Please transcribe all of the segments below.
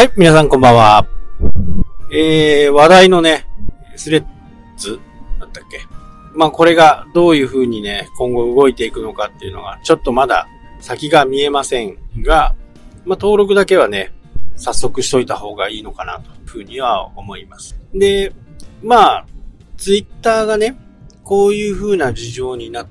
はい、皆さんこんばんは。話題のね、スレッズだったっけ？これがどういう風にね、今後動いていくのかっていうのが、ちょっとまだ先が見えませんが、登録だけはね、早速しといた方がいいのかなという風には思います。で、ツイッターがね、こういう風な事情になって、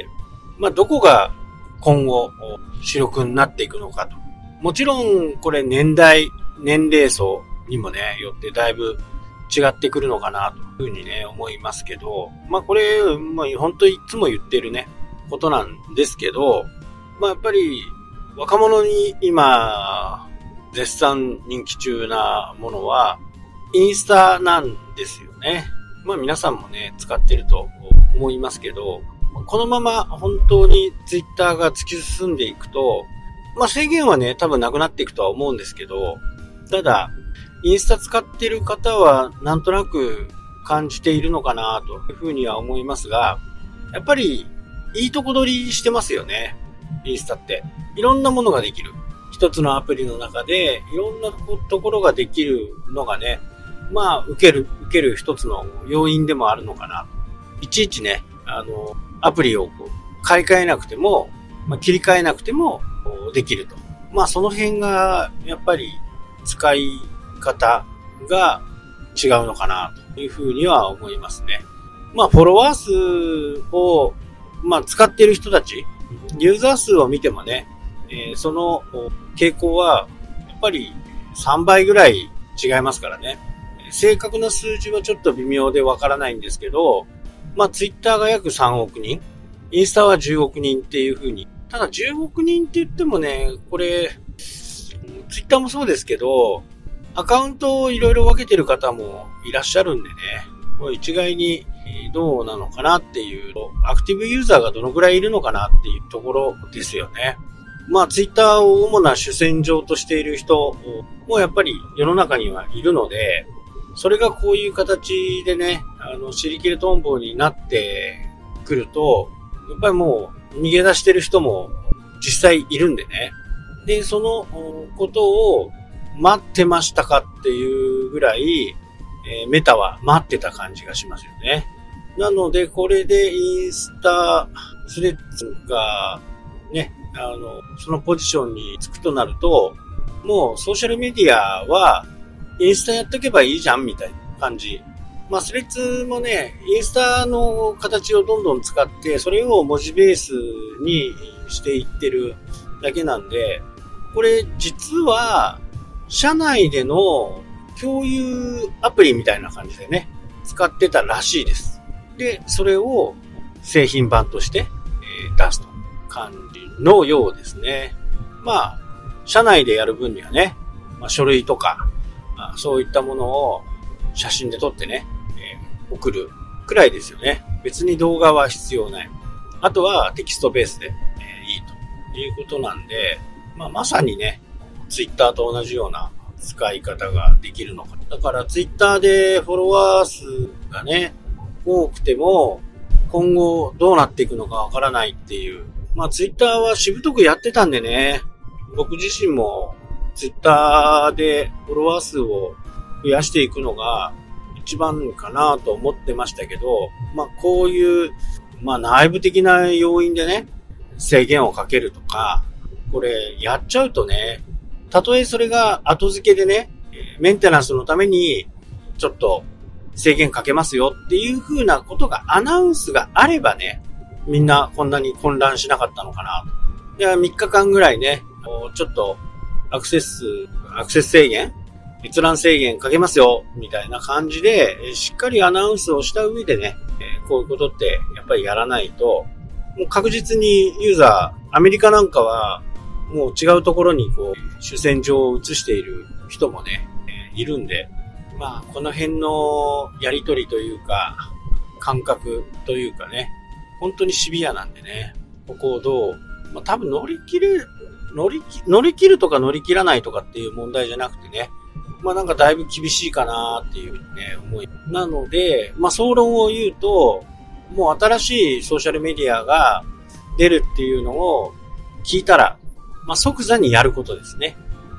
どこが今後主力になっていくのかと。もちろん、これ年齢層にもね、よってだいぶ違ってくるのかなというふうにね、思いますけど、これ、本当にいつも言ってるね、ことなんですけど、やっぱり若者に今、絶賛人気中なものは、インスタなんですよね。皆さんもね、使ってると思いますけど、このまま本当にツイッターが突き進んでいくと、制限はね、多分なくなっていくとは思うんですけど、ただ、インスタ使ってる方はなんとなく感じているのかなというふうには思いますが、やっぱりいいとこ取りしてますよね、インスタって。いろんなものができる。一つのアプリの中でいろんなところができるのがね、受ける一つの要因でもあるのかな。いちいちね、アプリを買い替えなくても、切り替えなくてもできると。その辺がやっぱり使い方が違うのかなというふうには思いますね。フォロワー数を使っている人たち、ユーザー数を見てもね、その傾向はやっぱり3倍ぐらい違いますからね。正確な数字はちょっと微妙でわからないんですけど、ツイッターが約3億人、インスタは10億人っていう風に。ただ10億人って言ってもね、これ、ツイッターもそうですけど、アカウントをいろいろ分けてる方もいらっしゃるんでね、これ一概にどうなのかなっていう、アクティブユーザーがどのくらいいるのかなっていうところですよね。ツイッターを主な主戦場としている人もやっぱり世の中にはいるので、それがこういう形でね、尻切れトンボになってくると、やっぱりもう逃げ出してる人も実際いるんでね。で、そのことを待ってましたかっていうぐらい、メタは待ってた感じがしますよね。なので、これでインスタ、スレッズがね、そのポジションにつくとなると、もうソーシャルメディアはインスタやっとけばいいじゃんみたいな感じ。スレッズもね、インスタの形をどんどん使って、それを文字ベースにしていってるだけなんで、これ実は、社内での共有アプリみたいな感じでね、使ってたらしいです。で、それを製品版として出すと感じのようですね。社内でやる分にはね、書類とか、そういったものを写真で撮ってね、送るくらいですよね。別に動画は必要ない。あとはテキストベースで、いいということなんで、まさにね、ツイッターと同じような使い方ができるのか。だからツイッターでフォロワー数がね、多くても、今後どうなっていくのかわからないっていう。ツイッターはしぶとくやってたんでね、僕自身もツイッターでフォロワー数を増やしていくのが一番かなと思ってましたけど、こういう、内部的な要因でね、制限をかけるとか、これやっちゃうとね、たとえそれが後付けでね、メンテナンスのためにちょっと制限かけますよっていう風なことがアナウンスがあればね、みんなこんなに混乱しなかったのかなと。で、3日間ぐらいね、ちょっとアクセス制限、閲覧制限かけますよみたいな感じでしっかりアナウンスをした上でね、こういうことってやっぱりやらないと、もう確実にユーザー、アメリカなんかはもう違うところに主戦場を移している人もね、いるんで、この辺のやりとりというか感覚というかね、本当にシビアなんでね、ここをどう、多分乗り切るとか乗り切らないとかっていう問題じゃなくてね、だいぶ厳しいかなっていうね、思い。なので、総論を言うと、もう新しいソーシャルメディアが出るっていうのを聞いたら、即座にやることですね。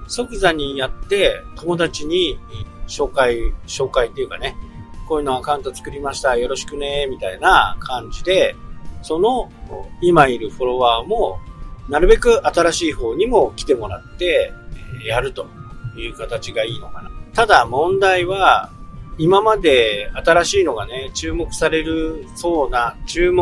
即座にやって友達に紹介っていうかね、こういうのアカウント作りました、よろしくね、みたいな感じで、その今いるフォロワーもなるべく新しい方にも来てもらってやるという形がいいのかな。ただ問題は、今まで新しいのがね、注目されそうな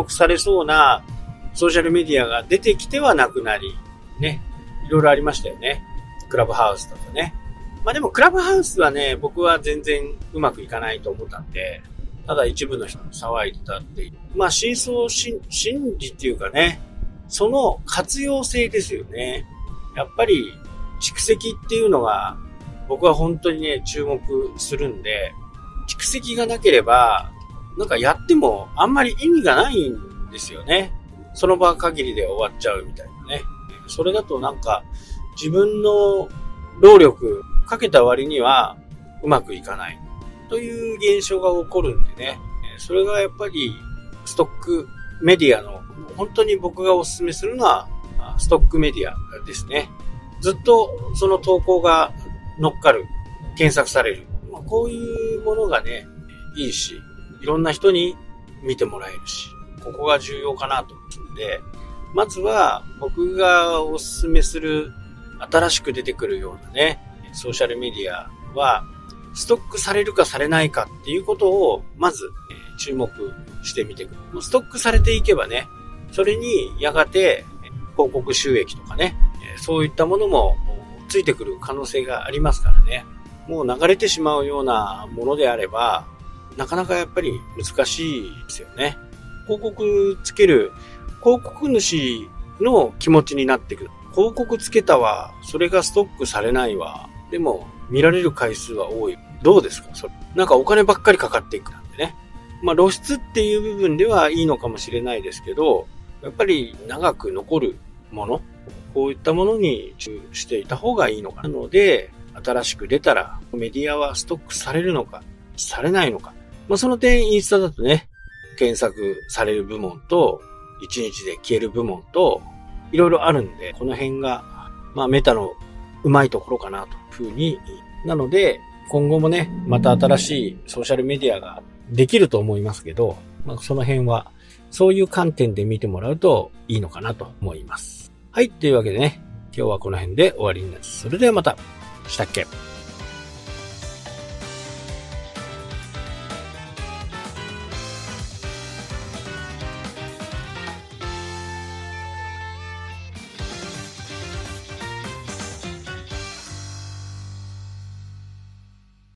ソーシャルメディアが出てきてはなくなり、ね、いろいろありましたよね。クラブハウスとかね。まあでもクラブハウスはね、僕は全然うまくいかないと思ったんで、ただ一部の人が騒いでたっていう。まあ真相心理っていうかね、その活用性ですよね。やっぱり蓄積っていうのが僕は本当にね、注目するんで、蓄積がなければ、なんかやってもあんまり意味がないんですよね。その場限りで終わっちゃうみたいなね。それだとなんか自分の労力かけた割にはうまくいかないという現象が起こるんでね。それがやっぱりストックメディアの本当に僕がお勧めするのはストックメディアですね。ずっとその投稿が乗っかる、検索される。こういうものがね、いいし、いろんな人に見てもらえるし、ここが重要かなと思うんで、まずは僕がお勧めする新しく出てくるようなね、ソーシャルメディアはストックされるかされないかっていうことをまず注目してみてくる。ストックされていけばね、それにやがて広告収益とかね、そういったものもついてくる可能性がありますからね。もう流れてしまうようなものであれば、なかなかやっぱり難しいですよね。広告つける、広告主の気持ちになってくる。広告つけたわ、それがストックされないわ。でも、見られる回数は多い。どうですかそれ。なんかお金ばっかりかかっていくなんでね。まあ露出っていう部分ではいいのかもしれないですけど、やっぱり長く残るもの、こういったものに注意していた方がいいのかなので、新しく出たらメディアはストックされるのか、されないのか。まあその点インスタだとね、検索される部門と、1日で消える部門と、いろいろあるんで、この辺が、まあメタのうまいところかなというふうに。なので、今後もね、また新しいソーシャルメディアができると思いますけど、まあその辺は、そういう観点で見てもらうといいのかなと思います。はい、というわけでね、今日はこの辺で終わりになります。それではまた。したっけ。